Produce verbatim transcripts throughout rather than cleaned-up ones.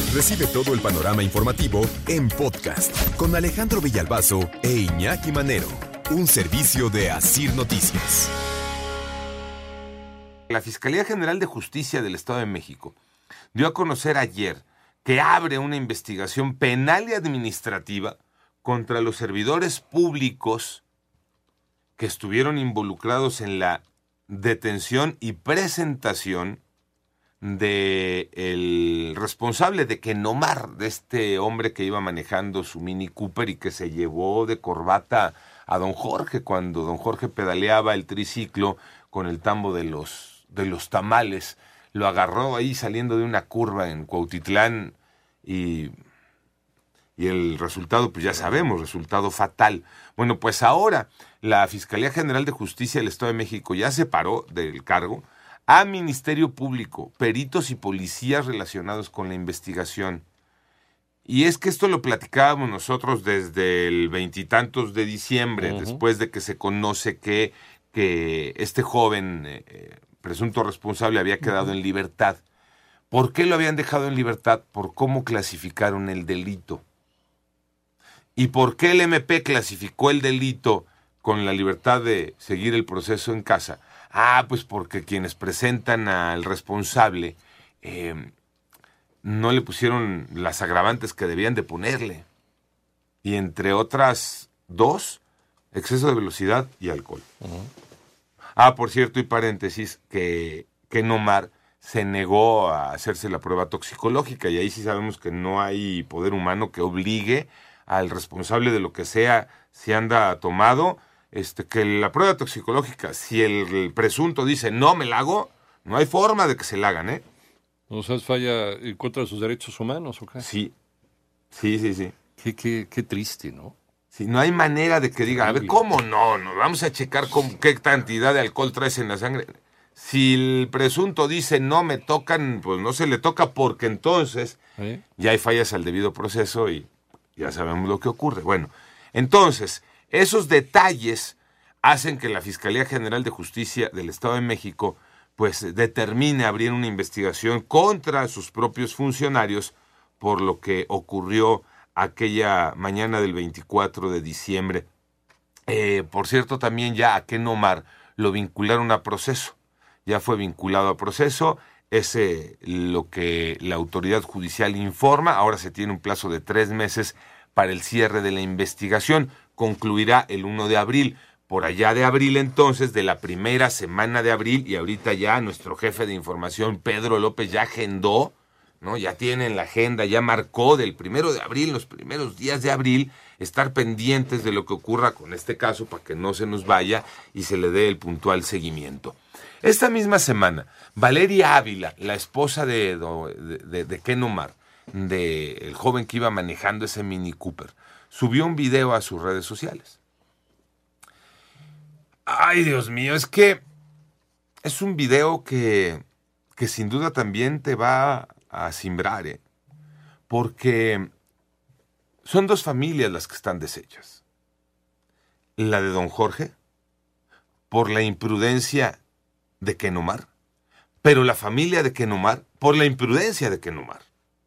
Recibe todo el panorama informativo en podcast con Alejandro Villalbazo e Iñaki Manero, un servicio de Asir Noticias. La Fiscalía General de Justicia del Estado de México dio a conocer ayer que abre una investigación penal y administrativa contra los servidores públicos que estuvieron involucrados en la detención y presentación del responsable de Kenomar, de este hombre que iba manejando su Mini Cooper y que se llevó de corbata a don Jorge cuando don Jorge pedaleaba el triciclo con el tambo de los, de los tamales. Lo agarró ahí saliendo de una curva en Cuautitlán y, y el resultado, pues ya sabemos, resultado fatal. Bueno, pues ahora la Fiscalía General de Justicia del Estado de México ya se paró del cargo a Ministerio Público, peritos y policías relacionados con la investigación. Y es que esto lo platicábamos nosotros desde el veintitantos de diciembre, uh-huh. después de que se conoce que, que este joven eh, presunto responsable había quedado uh-huh. en libertad. ¿Por qué lo habían dejado en libertad? Por cómo clasificaron el delito. ¿Y por qué el eme pe clasificó el delito con la libertad de seguir el proceso en casa? Ah, pues porque quienes presentan al responsable eh, no le pusieron las agravantes que debían de ponerle. Y entre otras dos, exceso de velocidad y alcohol. Uh-huh. Ah, por cierto, y paréntesis, que Kenomar se negó a hacerse la prueba toxicológica y ahí sí sabemos que no hay poder humano que obligue al responsable de lo que sea, si anda tomado, Este, que la prueba toxicológica, si el, el presunto dice no me la hago, no hay forma de que se la hagan, ¿eh? O sea, falla en contra de sus derechos humanos, ¿o qué? Sí, sí, sí, sí. Qué, qué, qué triste, ¿no? Sí, no hay manera de que diga, a ver, ¿cómo no? No, vamos a checar con qué cantidad de alcohol traes en la sangre. Si el presunto dice no me tocan, pues no se le toca porque entonces ¿Eh? ya hay fallas al debido proceso y ya sabemos lo que ocurre. Bueno, entonces esos detalles hacen que la Fiscalía General de Justicia del Estado de México pues determine abrir una investigación contra sus propios funcionarios por lo que ocurrió aquella mañana del veinticuatro de diciembre. Eh, por cierto, también ya a Kenomar lo vincularon a proceso. Ya fue vinculado a proceso. Es eh, lo que la autoridad judicial informa. Ahora se tiene un plazo de tres meses para el cierre de la investigación. Concluirá el primero de abril. Por allá de abril, entonces, de la primera semana de abril, y ahorita ya nuestro jefe de información, Pedro López, ya agendó, ¿no? Ya tiene en la agenda, ya marcó del primero de abril, los primeros días de abril, estar pendientes de lo que ocurra con este caso para que no se nos vaya y se le dé el puntual seguimiento. Esta misma semana, Valeria Ávila, la esposa de, de, de, de Kenomar, del joven que iba manejando ese Mini Cooper, subió un video a sus redes sociales. Ay, Dios mío, es que es un video que, que sin duda también te va a simbrar, ¿eh? Porque son dos familias las que están deshechas. La de don Jorge, por la imprudencia de Kenomar, pero la familia de Kenomar, por la imprudencia de Kenomar.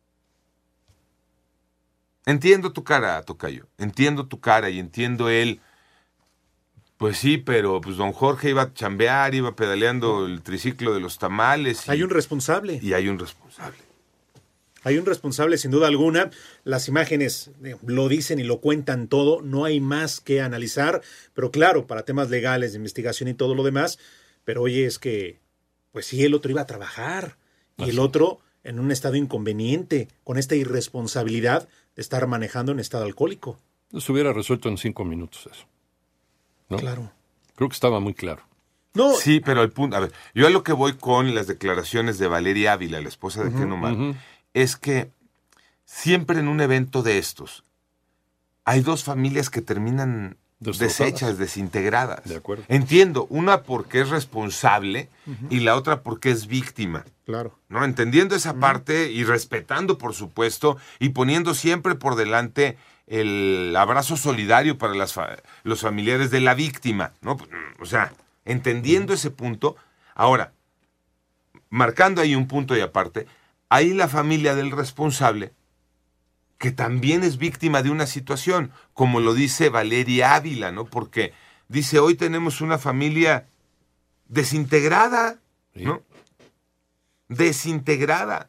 Entiendo tu cara, tocayo, entiendo tu cara y entiendo él. Pues sí, pero pues don Jorge iba a chambear, iba pedaleando el triciclo de los tamales. Y, hay un responsable. Y hay un responsable. Hay un responsable, sin duda alguna. Las imágenes eh, lo dicen y lo cuentan todo. No hay más que analizar. Pero claro, para temas legales, de investigación y todo lo demás. Pero oye, es que, pues sí, el otro iba a trabajar. Y Así. el otro en un estado inconveniente, con esta irresponsabilidad de estar manejando en estado alcohólico. Se hubiera resuelto en cinco minutos eso. ¿No? Claro. Creo que estaba muy claro. No. Sí, pero el punto, a ver, yo a lo que voy con las declaraciones de Valeria Ávila, la esposa de uh-huh, Kenomar, uh-huh. es que siempre en un evento de estos hay dos familias que terminan deshechas, desintegradas. De acuerdo. Entiendo, una porque es responsable uh-huh. y la otra porque es víctima. Claro. ¿No? Entendiendo esa uh-huh. parte y respetando, por supuesto, y poniendo siempre por delante el abrazo solidario para las fa- los familiares de la víctima, ¿no? O sea, entendiendo uh-huh. ese punto, ahora, marcando ahí un punto y aparte, hay la familia del responsable que también es víctima de una situación, como lo dice Valeria Ávila, ¿no? Porque dice, hoy tenemos una familia desintegrada, ¿no? Sí. Desintegrada.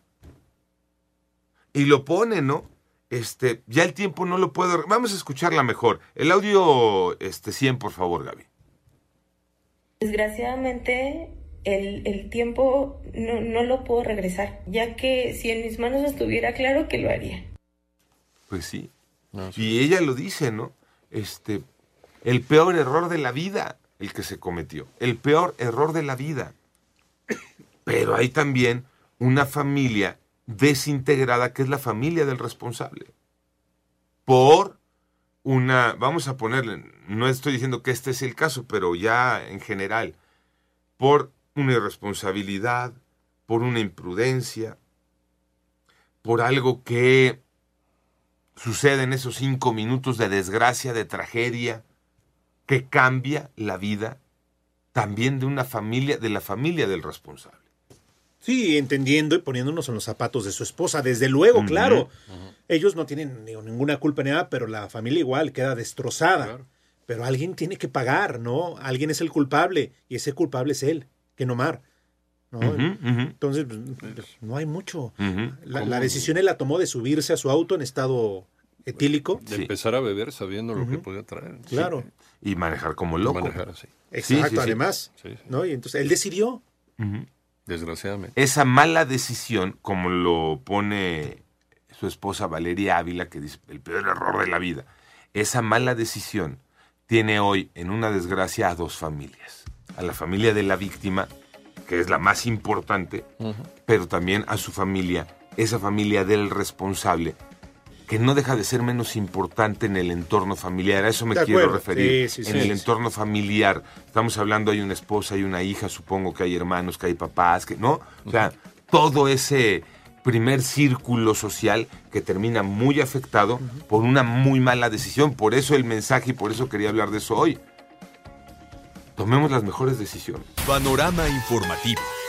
Y lo pone, ¿no? Este, ya el tiempo no lo puedo... Vamos a escucharla mejor. El audio este, cien, por favor, Gaby. Desgraciadamente, el, el tiempo no, no lo puedo regresar, ya que si en mis manos estuviera, claro que lo haría. Pues sí. No, sí. Y ella lo dice, ¿no? Este, el peor error de la vida, el que se cometió. El peor error de la vida. Pero hay también una familia desintegrada, que es la familia del responsable. Por una, vamos a ponerle, no estoy diciendo que este es el caso, pero ya en general, por una irresponsabilidad, por una imprudencia, por algo que sucede en esos cinco minutos de desgracia, de tragedia, que cambia la vida también de una familia, de la familia del responsable. Sí, entendiendo y poniéndonos en los zapatos de su esposa, desde luego, uh-huh, claro. Uh-huh. Ellos no tienen ninguna culpa ni nada, pero la familia igual queda destrozada. Claro. Pero alguien tiene que pagar, ¿no? Alguien es el culpable, y ese culpable es él, Ken Omar, ¿no? Uh-huh, uh-huh. Entonces, pues, no hay mucho. Uh-huh. La, la decisión él la tomó de subirse a su auto en estado etílico. De sí. empezar a beber sabiendo uh-huh. lo que podía traer. Claro. Sí. Y manejar como loco. Y manejar así. Exacto, sí, sí, además. Sí, sí. ¿No? Y entonces él decidió. Uh-huh. Desgraciadamente. Esa mala decisión, como lo pone su esposa Valeria Ávila, que dice el peor error de la vida, esa mala decisión tiene hoy en una desgracia a dos familias. A la familia de la víctima, que es la más importante, uh-huh. pero también a su familia, esa familia del responsable, que no deja de ser menos importante en el entorno familiar. A eso me de quiero acuerdo. referir. Sí, sí, en sí, el sí. entorno familiar, estamos hablando, hay una esposa, hay una hija, supongo que hay hermanos, que hay papás, que no. O sea, todo ese primer círculo social que termina muy afectado uh-huh. por una muy mala decisión. Por eso el mensaje y por eso quería hablar de eso hoy. Tomemos las mejores decisiones. Panorama informativo.